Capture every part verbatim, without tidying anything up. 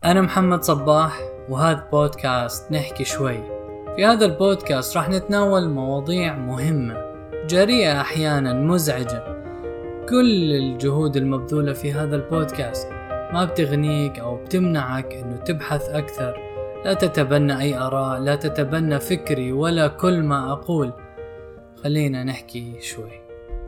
أنا محمد صباح وهذا بودكاست نحكي شوي. في هذا البودكاست راح نتناول مواضيع مهمة جريئة أحيانا مزعجة. كل الجهود المبذولة في هذا البودكاست ما بتغنيك أو بتمنعك أنه تبحث أكثر. لا تتبنى أي آراء، لا تتبنى فكري ولا كل ما أقول. خلينا نحكي شوي.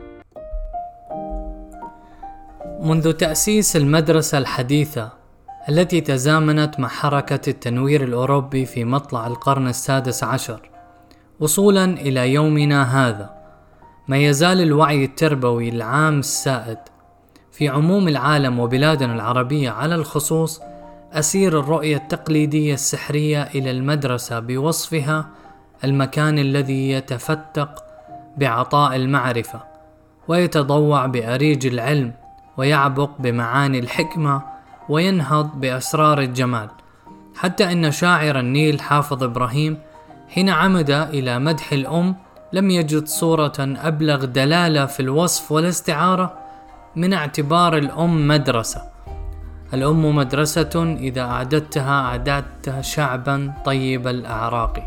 منذ تأسيس المدرسة الحديثة التي تزامنت مع حركة التنوير الأوروبي في مطلع القرن السادس عشر وصولا إلى يومنا هذا، ما يزال الوعي التربوي العام السائد في عموم العالم وبلادنا العربية على الخصوص أسير الرؤية التقليدية السحرية إلى المدرسة بوصفها المكان الذي يتفتق بعطاء المعرفة ويتضوع بأريج العلم ويعبق بمعاني الحكمة وينهض بأسرار الجمال. حتى إن شاعر النيل حافظ إبراهيم حين عمد إلى مدح الأم لم يجد صورة أبلغ دلالة في الوصف والاستعارة من اعتبار الأم مدرسة. الأم مدرسة إذا أعددتها أعددت شعبا طيب الأعراق،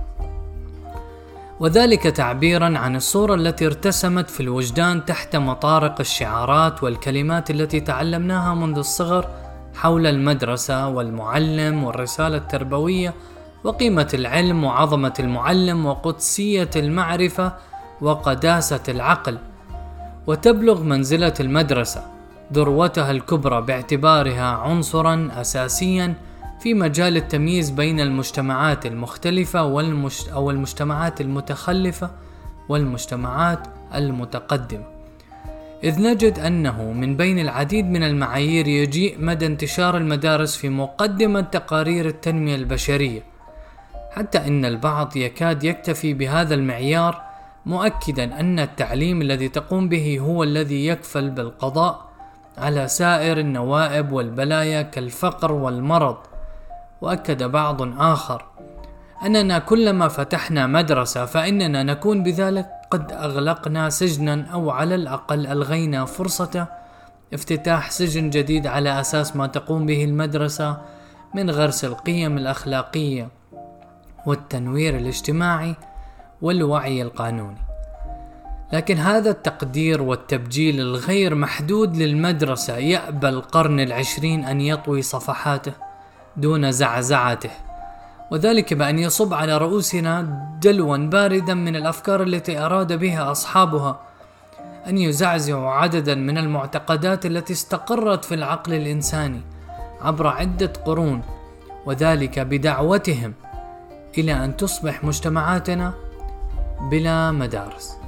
وذلك تعبيرا عن الصورة التي ارتسمت في الوجدان تحت مطارق الشعارات والكلمات التي تعلمناها منذ الصغر حول المدرسة والمعلم والرسالة التربوية وقيمة العلم وعظمة المعلم وقدسية المعرفة وقداسة العقل. وتبلغ منزلة المدرسة ذروتها الكبرى باعتبارها عنصرا أساسيا في مجال التمييز بين المجتمعات المختلفة والمش... أو المجتمعات المتخلفة والمجتمعات المتقدمة، إذ نجد أنه من بين العديد من المعايير يجيء مدى انتشار المدارس في مقدمة تقارير التنمية البشرية، حتى إن البعض يكاد يكتفي بهذا المعيار، مؤكدا أن التعليم الذي تقوم به هو الذي يكفل بالقضاء على سائر النوائب والبلايا كالفقر والمرض. وأكد بعض آخر أننا كلما فتحنا مدرسة فإننا نكون بذلك قد أغلقنا سجنا، أو على الأقل ألغينا فرصة افتتاح سجن جديد على أساس ما تقوم به المدرسة من غرس القيم الأخلاقية والتنوير الاجتماعي والوعي القانوني. لكن هذا التقدير والتبجيل الغير محدود للمدرسة يأبى القرن العشرين أن يطوي صفحاته دون زعزعته، وذلك بأن يصب على رؤوسنا دلوا باردا من الأفكار التي أراد بها أصحابها أن يزعزعوا عددا من المعتقدات التي استقرت في العقل الإنساني عبر عدة قرون، وذلك بدعوتهم إلى أن تصبح مجتمعاتنا بلا مدارس.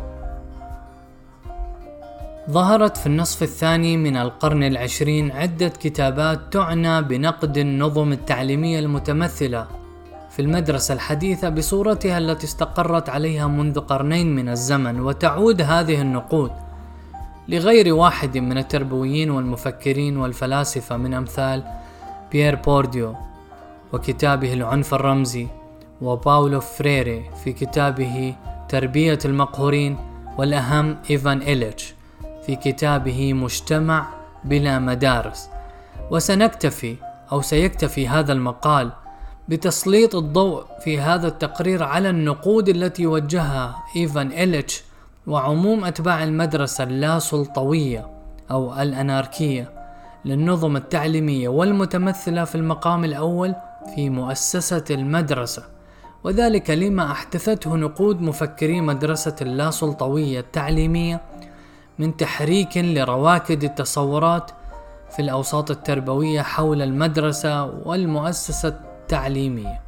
ظهرت في النصف الثاني من القرن العشرين عدة كتابات تعنى بنقد النظم التعليمية المتمثلة في المدرسة الحديثة بصورتها التي استقرت عليها منذ قرنين من الزمن، وتعود هذه النقود لغير واحد من التربويين والمفكرين والفلاسفة من أمثال بيير بورديو وكتابه العنف الرمزي، وباولو فريري في كتابه تربية المقهورين، والأهم إيفان إليتش في كتابه مجتمع بلا مدارس. وسنكتفي أو سيكتفي هذا المقال بتسليط الضوء في هذا التقرير على النقود التي وجهها إيفان إليتش وعموم أتباع المدرسة اللا سلطوية أو الأناركية للنظم التعليمية، والمتمثلة في المقام الأول في مؤسسة المدرسة، وذلك لما أحدثته نقود مفكري مدرسة اللا سلطوية التعليمية من تحريك لرواكد التصورات في الأوساط التربوية حول المدرسة والمؤسسة التعليمية.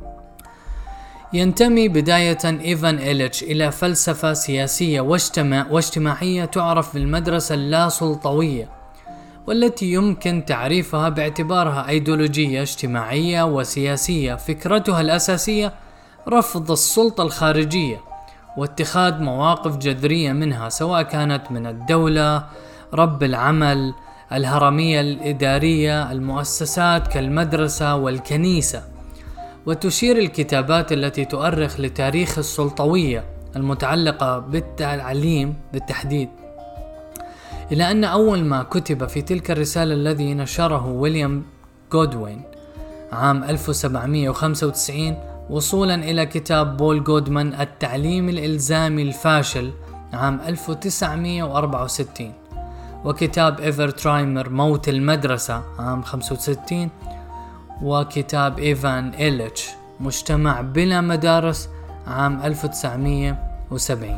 ينتمي بداية إيفان إليتش إلى فلسفة سياسية واجتماع واجتماعية تعرف بالمدرسة اللا سلطوية، والتي يمكن تعريفها باعتبارها أيديولوجية اجتماعية وسياسية فكرتها الأساسية رفض السلطة الخارجية واتخاذ مواقف جذرية منها، سواء كانت من الدولة، رب العمل، الهرمية الإدارية، المؤسسات كالمدرسة والكنيسة. وتشير الكتابات التي تؤرخ لتاريخ السلطوية المتعلقة بالتعليم بالتحديد إلى أن أول ما كتب في تلك الرسالة الذي نشره ويليام غودوين عام ألف وسبعمئة وخمسة وتسعين، وصولا إلى كتاب بول جودمان التعليم الإلزامي الفاشل عام ألف وتسعمئة وأربعة وستين، وكتاب إيفرترايمر موت المدرسة عام خمسة وستين، وكتاب إيفان إيليتش مجتمع بلا مدارس عام ألف وتسعمئة وسبعين.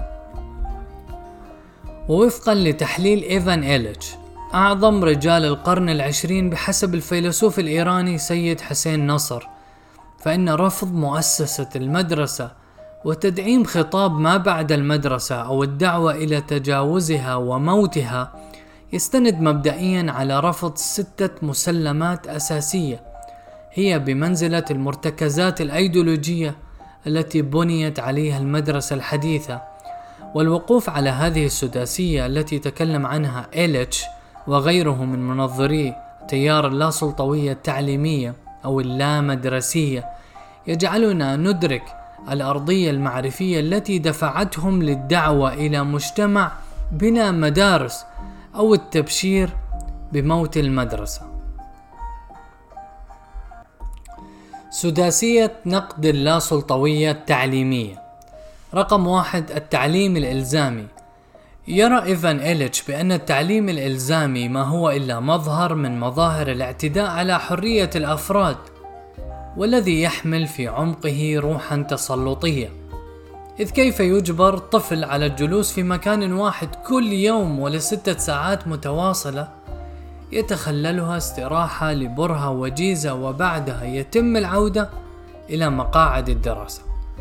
ووفقا لتحليل إيفان إيليتش، أعظم رجال القرن العشرين بحسب الفيلسوف الإيراني سيد حسين نصر، فإن رفض مؤسسة المدرسة وتدعيم خطاب ما بعد المدرسة أو الدعوة إلى تجاوزها وموتها يستند مبدئيا على رفض ستة مسلمات أساسية هي بمنزلة المرتكزات الأيديولوجية التي بنيت عليها المدرسة الحديثة، والوقوف على هذه السداسية التي تكلم عنها إيليتش وغيره من منظري تيار اللاسلطوية التعليمية أو اللامدرسية يجعلنا ندرك الأرضية المعرفية التي دفعتهم للدعوة إلى مجتمع بلا مدارس أو التبشير بموت المدرسة. سداسية نقد اللاسلطوية التعليمية. رقم واحد، التعليم الإلزامي. يرى إيفان إيليتش بأن التعليم الإلزامي ما هو إلا مظهر من مظاهر الاعتداء على حرية الأفراد، والذي يحمل في عمقه روحا تسلطية، إذ كيف يجبر طفل على الجلوس في مكان واحد كل يوم ولستة ساعات متواصلة يتخللها استراحة لبرهة وجيزة، وبعدها يتم العودة إلى مقاعد الدراسة.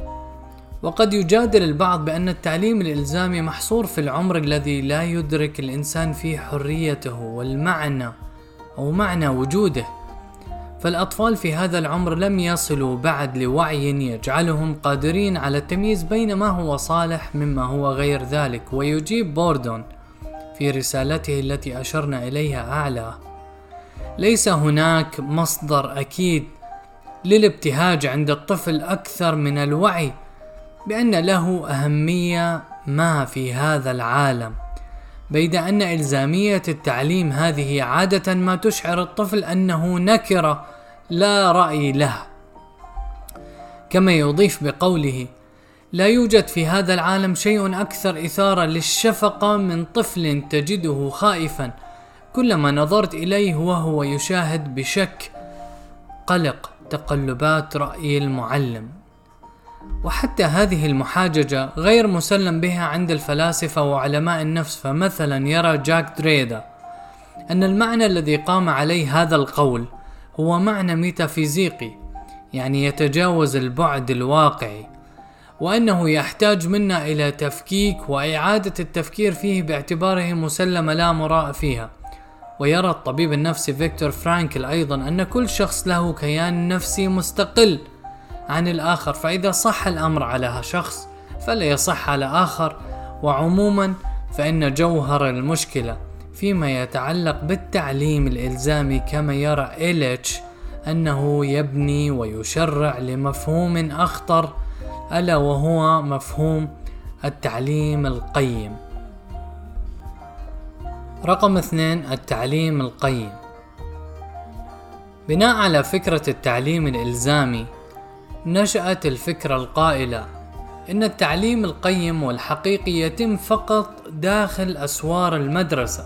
وقد يجادل البعض بأن التعليم الإلزامي محصور في العمر الذي لا يدرك الإنسان فيه حريته والمعنى أو معنى وجوده، فالأطفال في هذا العمر لم يصلوا بعد لوعي يجعلهم قادرين على التمييز بين ما هو صالح مما هو غير ذلك. ويجيب بوردون في رسالته التي أشرنا إليها أعلى: ليس هناك مصدر أكيد للابتهاج عند الطفل أكثر من الوعي بأن له أهمية ما في هذا العالم، بيد أن إلزامية التعليم هذه عادة ما تشعر الطفل أنه نكرة لا رأي له. كما يضيف بقوله: لا يوجد في هذا العالم شيء أكثر إثارة للشفقة من طفل تجده خائفا كلما نظرت إليه وهو يشاهد بشك قلق تقلبات رأي المعلم. وحتى هذه المحاججة غير مسلم بها عند الفلاسفة وعلماء النفس، فمثلا يرى جاك دريدا أن المعنى الذي قام عليه هذا القول هو معنى ميتافيزيقي، يعني يتجاوز البعد الواقعي، وأنه يحتاج منا إلى تفكيك وإعادة التفكير فيه باعتباره مسلمة لا مراء فيها. ويرى الطبيب النفسي فيكتور فرانكل أيضا أن كل شخص له كيان نفسي مستقل عن الآخر، فإذا صح الأمر على شخص فلا يصح على آخر. وعموما فإن جوهر المشكلة فيما يتعلق بالتعليم الإلزامي كما يرى إيليتش أنه يبني ويشرع لمفهوم أخطر، ألا وهو مفهوم التعليم القيم. رقم اثنين، التعليم القيم. بناء على فكرة التعليم الإلزامي نشأت الفكرة القائلة إن التعليم القيم والحقيقي يتم فقط داخل أسوار المدرسة،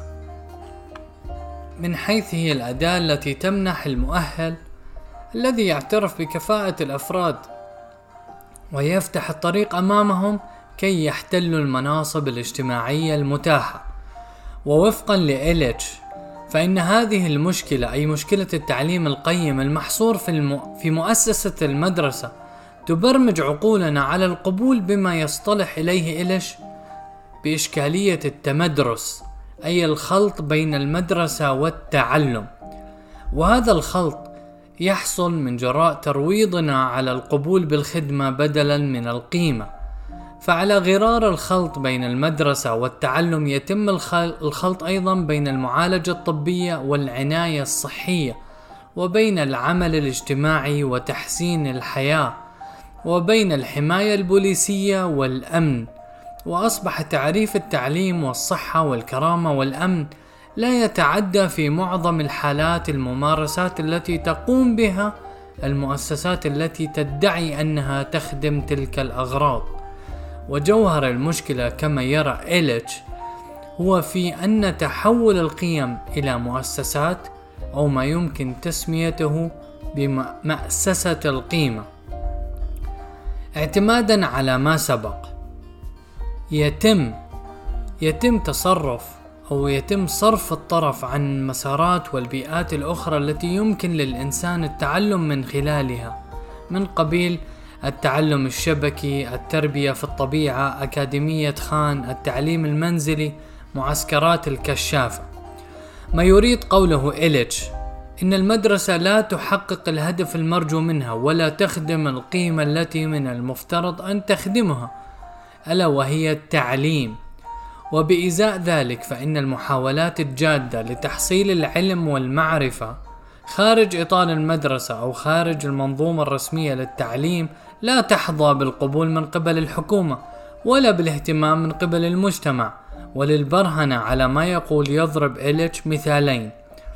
من حيث هي الأداة التي تمنح المؤهل الذي يعترف بكفاءة الأفراد ويفتح الطريق أمامهم كي يحتلوا المناصب الاجتماعية المتاحة. ووفقا لإيليتش فإن هذه المشكلة، أي مشكلة التعليم القيم المحصور في, الم... في مؤسسة المدرسة، تبرمج عقولنا على القبول بما يصطلح إليه إيليتش بإشكالية التمدرس، أي الخلط بين المدرسة والتعلم. وهذا الخلط يحصل من جراء ترويضنا على القبول بالخدمة بدلا من القيمة. فعلى غرار الخلط بين المدرسة والتعلم يتم الخلط أيضا بين المعالجة الطبية والعناية الصحية، وبين العمل الاجتماعي وتحسين الحياة، وبين الحماية البوليسية والأمن. وأصبح تعريف التعليم والصحة والكرامة والأمن لا يتعدى في معظم الحالات الممارسات التي تقوم بها المؤسسات التي تدعي أنها تخدم تلك الأغراض. وجوهر المشكلة كما يرى إليتش هو في أن تحول القيم إلى مؤسسات، أو ما يمكن تسميته بمؤسسة القيمة، اعتمادا على ما سبق يتم يتم تصرف أو يتم صرف الطرف عن المسارات والبيئات الأخرى التي يمكن للإنسان التعلم من خلالها، من قبيل التعلم الشبكي، التربية في الطبيعة، أكاديمية خان، التعليم المنزلي، معسكرات الكشافة. ما يريد قوله إليتش إن المدرسة لا تحقق الهدف المرجو منها ولا تخدم القيمة التي من المفترض أن تخدمها، ألا وهي التعليم. وبإزاء ذلك فإن المحاولات الجادة لتحصيل العلم والمعرفة خارج إطار المدرسة أو خارج المنظومة الرسمية للتعليم لا تحظى بالقبول من قبل الحكومة ولا بالاهتمام من قبل المجتمع. وللبرهنة على ما يقول يضرب إليتش مثالين.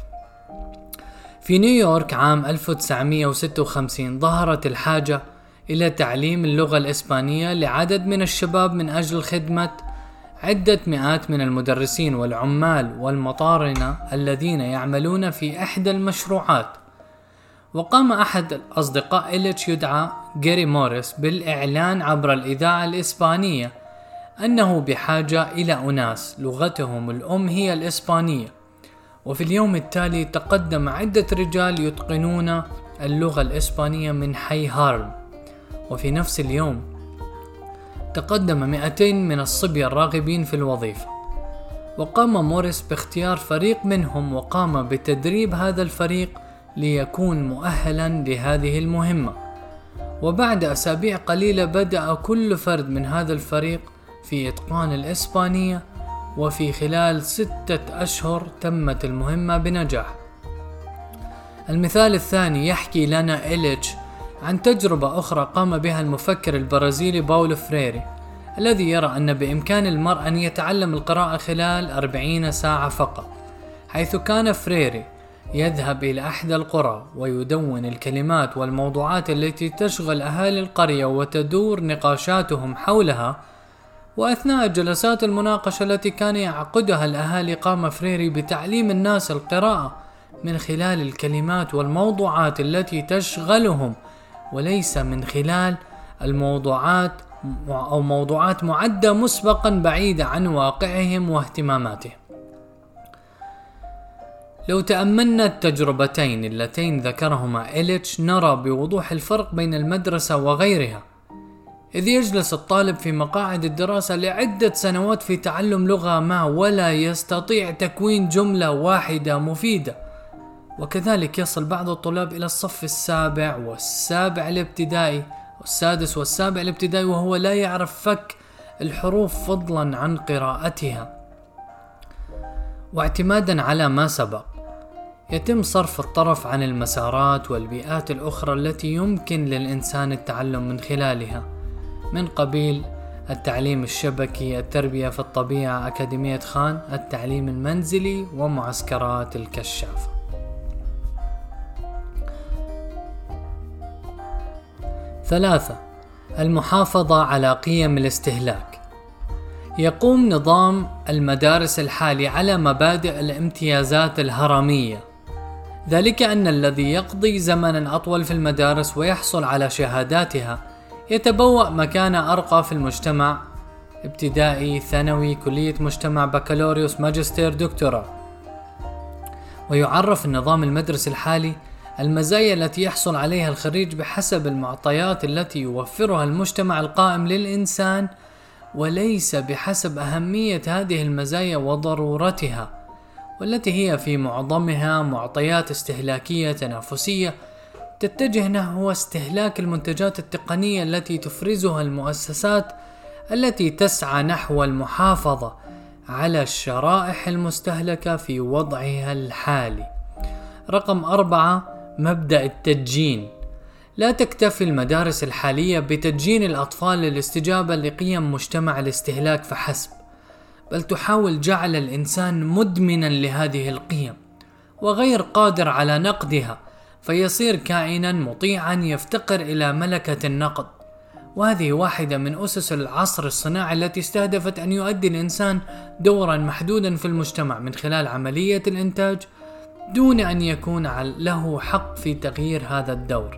في نيويورك عام ألف وتسعمائة وستة وخمسين ظهرت الحاجة إلى تعليم اللغة الإسبانية لعدد من الشباب من أجل خدمة عدة مئات من المدرسين والعمال والمطارنة الذين يعملون في إحدى المشروعات. وقام أحد الأصدقاء إليتش يدعى جيري موريس بالإعلان عبر الإذاعة الإسبانية أنه بحاجة إلى أناس لغتهم الأم هي الإسبانية. وفي اليوم التالي تقدم عدة رجال يتقنون اللغة الإسبانية من حي هارلم. وفي نفس اليوم تقدم مئتين من الصبية الراغبين في الوظيفة، وقام موريس باختيار فريق منهم وقام بتدريب هذا الفريق ليكون مؤهلا لهذه المهمة. وبعد أسابيع قليلة بدأ كل فرد من هذا الفريق في إتقان الإسبانية، وفي خلال ستة أشهر تمت المهمة بنجاح. المثال الثاني يحكي لنا إليتش عن تجربة أخرى قام بها المفكر البرازيلي باولو فريري، الذي يرى أن بإمكان المرء أن يتعلم القراءة خلال أربعين ساعة فقط، حيث كان فريري يذهب إلى أحدى القرى ويدون الكلمات والموضوعات التي تشغل أهالي القرية وتدور نقاشاتهم حولها. وأثناء جلسات المناقشة التي كان يعقدها الأهالي قام فريري بتعليم الناس القراءة من خلال الكلمات والموضوعات التي تشغلهم، وليس من خلال الموضوعات أو موضوعات معدة مسبقا بعيدة عن واقعهم واهتماماتهم. لو تأملنا التجربتين اللتين ذكرهما إليتش نرى بوضوح الفرق بين المدرسة وغيرها، إذ يجلس الطالب في مقاعد الدراسة لعدة سنوات في تعلم لغة ما ولا يستطيع تكوين جملة واحدة مفيدة. وكذلك يصل بعض الطلاب إلى الصف السابع والسابع الابتدائي والسادس والسابع الابتدائي وهو لا يعرف فك الحروف فضلا عن قراءتها. واعتمادا على ما سبق يتم صرف الطرف عن المسارات والبيئات الأخرى التي يمكن للإنسان التعلم من خلالها، من قبيل التعليم الشبكي، التربية في الطبيعة، أكاديمية خان، التعليم المنزلي، ومعسكرات الكشافة. ثلاثة، المحافظة على قيم الاستهلاك. يقوم نظام المدارس الحالي على مبادئ الامتيازات الهرمية، ذلك أن الذي يقضي زمنا أطول في المدارس ويحصل على شهاداتها يتبوأ مكانة أرقى في المجتمع، ابتدائي، ثانوي، كلية مجتمع، بكالوريوس، ماجستير، دكتوراه. ويعرف النظام المدرسي الحالي المزايا التي يحصل عليها الخريج بحسب المعطيات التي يوفرها المجتمع القائم للإنسان، وليس بحسب أهمية هذه المزايا وضرورتها، والتي هي في معظمها معطيات استهلاكية تنافسية تتجه نحو استهلاك المنتجات التقنية التي تفرزها المؤسسات التي تسعى نحو المحافظة على الشرائح المستهلكة في وضعها الحالي. رقم أربعة، مبدأ التدجين. لا تكتفي المدارس الحالية بتدجين الأطفال للاستجابة لقيم مجتمع الاستهلاك فحسب، بل تحاول جعل الإنسان مدمنا لهذه القيم وغير قادر على نقدها، فيصير كائنا مطيعا يفتقر إلى ملكة النقد. وهذه واحدة من أسس العصر الصناعي التي استهدفت أن يؤدي الإنسان دورا محدودا في المجتمع من خلال عملية الإنتاج دون أن يكون له حق في تغيير هذا الدور.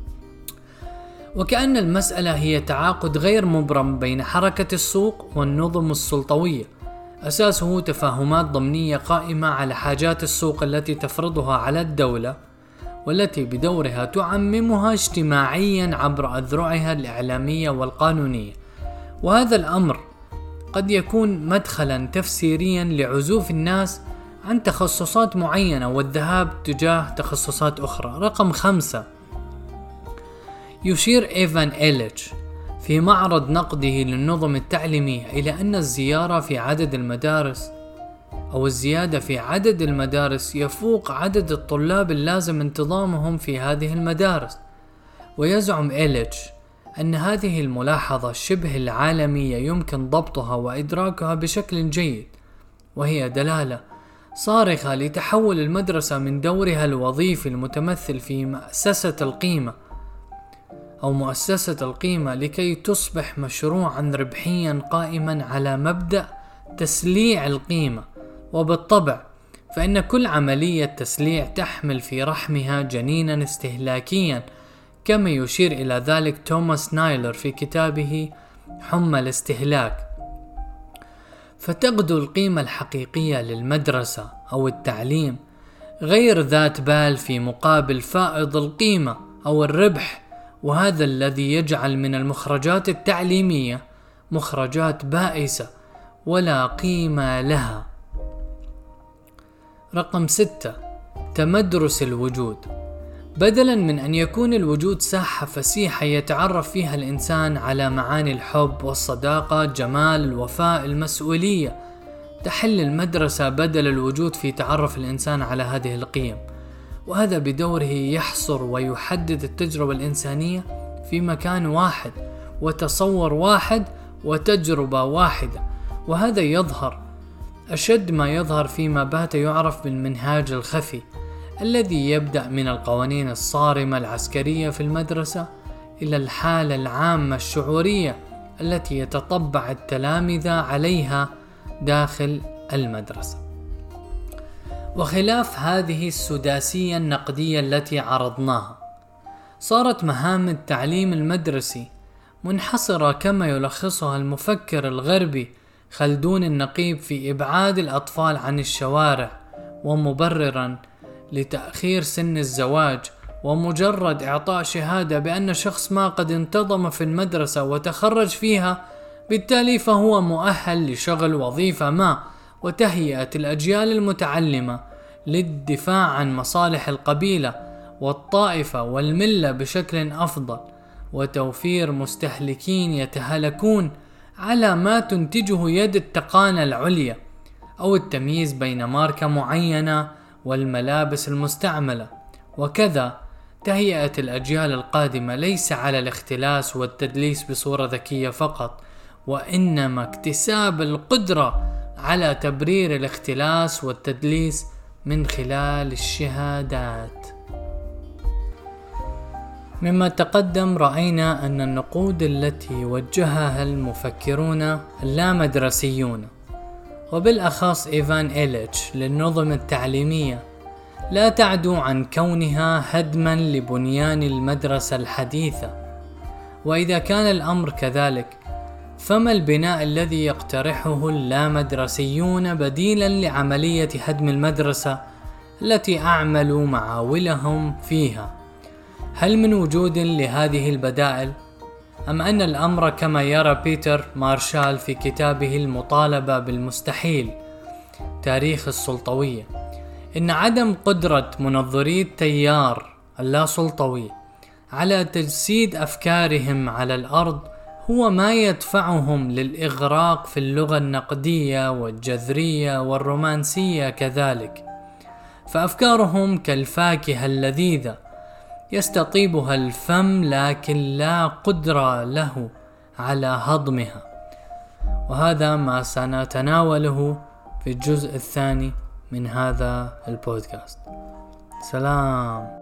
وكأن المسألة هي تعاقد غير مبرم بين حركة السوق والنظم السلطوية، أساسه تفاهمات ضمنية قائمة على حاجات السوق التي تفرضها على الدولة، والتي بدورها تعممها اجتماعيا عبر أذرعها الإعلامية والقانونية. وهذا الأمر قد يكون مدخلا تفسيريا لعزوف الناس عن تخصصات معينة والذهاب تجاه تخصصات أخرى. رقم خمسة، يشير إيفان إيليتش في معرض نقده للنظم التعليمية إلى أن الزيارة في عدد المدارس أو الزيادة في عدد المدارس يفوق عدد الطلاب اللازم انتظامهم في هذه المدارس. ويزعم إيليتش أن هذه الملاحظة شبه العالمية يمكن ضبطها وإدراكها بشكل جيد، وهي دلالة صارخة لتحول المدرسة من دورها الوظيفي المتمثل في مؤسسة القيمة أو مؤسسة القيمة لكي تصبح مشروعا ربحيا قائما على مبدأ تسليع القيمة. وبالطبع فإن كل عملية تسليع تحمل في رحمها جنينا استهلاكيا، كما يشير إلى ذلك توماس نايلر في كتابه حمى الاستهلاك. فتغدو القيمة الحقيقية للمدرسة أو التعليم غير ذات بال في مقابل فائض القيمة أو الربح، وهذا الذي يجعل من المخرجات التعليمية مخرجات بائسة ولا قيمة لها. رقم ستة، تمدرس الوجود. بدلا من أن يكون الوجود ساحة فسيحة يتعرف فيها الإنسان على معاني الحب والصداقة، جمال الوفاء، المسؤولية، تحل المدرسة بدل الوجود في تعرف الإنسان على هذه القيم. وهذا بدوره يحصر ويحدد التجربة الإنسانية في مكان واحد وتصور واحد وتجربة واحدة. وهذا يظهر أشد ما يظهر فيما بات يعرف بالمنهاج الخفي، الذي يبدأ من القوانين الصارمة العسكرية في المدرسة إلى الحالة العامة الشعورية التي يتطبع التلامذة عليها داخل المدرسة. وخلاف هذه السداسية النقدية التي عرضناها، صارت مهام التعليم المدرسي منحصرة كما يلخصها المفكر الغربي خلدون النقيب في إبعاد الأطفال عن الشوارع، ومبررا لتأخير سن الزواج ومجرد إعطاء شهادة بأن شخص ما قد انتظم في المدرسة وتخرج فيها، بالتالي فهو مؤهل لشغل وظيفة ما، وتهيئة الأجيال المتعلمة للدفاع عن مصالح القبيلة والطائفة والملة بشكل أفضل، وتوفير مستهلكين يتهلكون على ما تنتجه يد التقانة العليا، أو التمييز بين ماركة معينة والملابس المستعملة. وكذا تهيئة الأجيال القادمة ليس على الاختلاس والتدليس بصورة ذكية فقط، وإنما اكتساب القدرة على تبرير الاختلاس والتدليس من خلال الشهادات. مما تقدم رأينا أن النقود التي وجهها المفكرون اللامدرسيون، وبالأخص إيفان إيليتش، للنظم التعليمية لا تعدو عن كونها هدما لبنيان المدرسة الحديثة. وإذا كان الأمر كذلك، فما البناء الذي يقترحه اللامدرسيون بديلا لعملية هدم المدرسة التي أعملوا معاولهم فيها؟ هل من وجود لهذه البدائل؟ أم أن الأمر كما يرى بيتر مارشال في كتابه المطالبة بالمستحيل، تاريخ السلطوية، إن عدم قدرة منظري التيار اللا سلطوي على تجسيد أفكارهم على الأرض هو ما يدفعهم للإغراق في اللغة النقدية والجذرية والرومانسية كذلك، فأفكارهم كالفاكهة اللذيذة يستطيبها الفم لكن لا قدرة له على هضمها. وهذا ما سنتناوله في الجزء الثاني من هذا البودكاست. سلام.